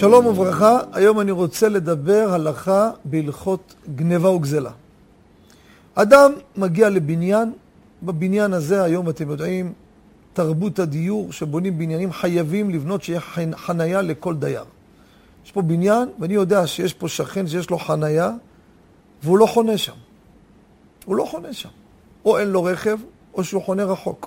שלום וברכה, היום אני רוצה לדבר הלכה בהלכות גניבה וגזלה. אדם מגיע לבניין, בבניין הזה היום אתם יודעים, תרבות הדיור שבונים בניינים חייבים לבנות שיהיה חנייה לכל דייר. יש פה בניין ואני יודע שיש פה שכן שיש לו חנייה והוא לא חונה שם. הוא לא חונה שם. או אין לו רכב או שהוא חונה רחוק.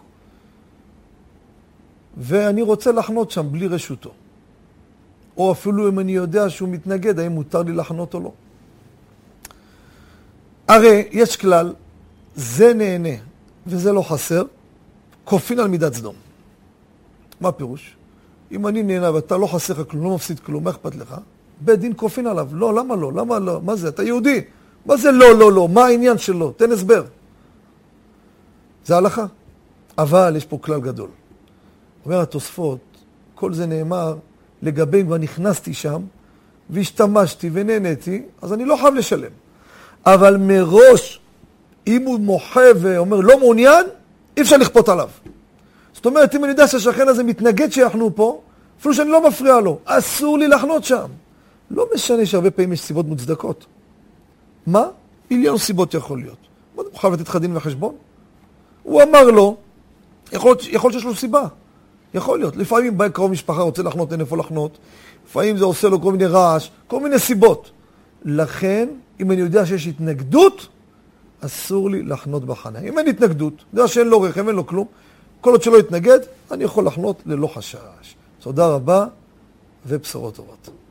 ואני רוצה לחנות שם בלי רשותו. או אפילו אם אני יודע שהוא מתנגד, האם מותר לי לחנות או לא. הרי יש כלל, זה נהנה וזה לא חסר, כופין על מידת סדום. מה הפירוש? אם אני נהנה ואתה לא חסר כלום, לא מפסיד כלום, מה אכפת לך? בית דין כופין עליו. לא, למה לא? למה לא? מה זה? אתה יהודי. מה זה לא, לא, לא? מה העניין שלו? תן הסבר. זה הלכה. אבל יש פה כלל גדול. אומר התוספות, כל זה נאמר לגבי אם כבר נכנסתי שם והשתמשתי ונהניתי, אז אני לא חייב לשלם. אבל מראש, אם הוא מוחה ואומר לא מעוניין, אי אפשר לכפות עליו. זאת אומרת, אם אני יודע שהשכן הזה מתנגד שיחנו פה, אפילו שאני לא מפריע לו, אסור לי לחנות שם. לא משנה שהרבה פעמים יש סיבות מוצדקות. מה? מיליון סיבות יכול להיות. מה אתה מוכן לתת לך דין וחשבון? הוא אמר לו, יכול שיש לו סיבה. יכול להיות. לפעמים בא קרוב משפחה, רוצה לחנות, אין איפה לחנות. לפעמים זה עושה לו כל מיני רעש, כל מיני סיבות. לכן, אם אני יודע שיש התנגדות, אסור לי לחנות בחניה. אם אין התנגדות, יודע שאין לו רכב, אין לו כלום, כל עוד שלא יתנגד, אני יכול לחנות ללא חשש. תודה רבה ובשורות טובות.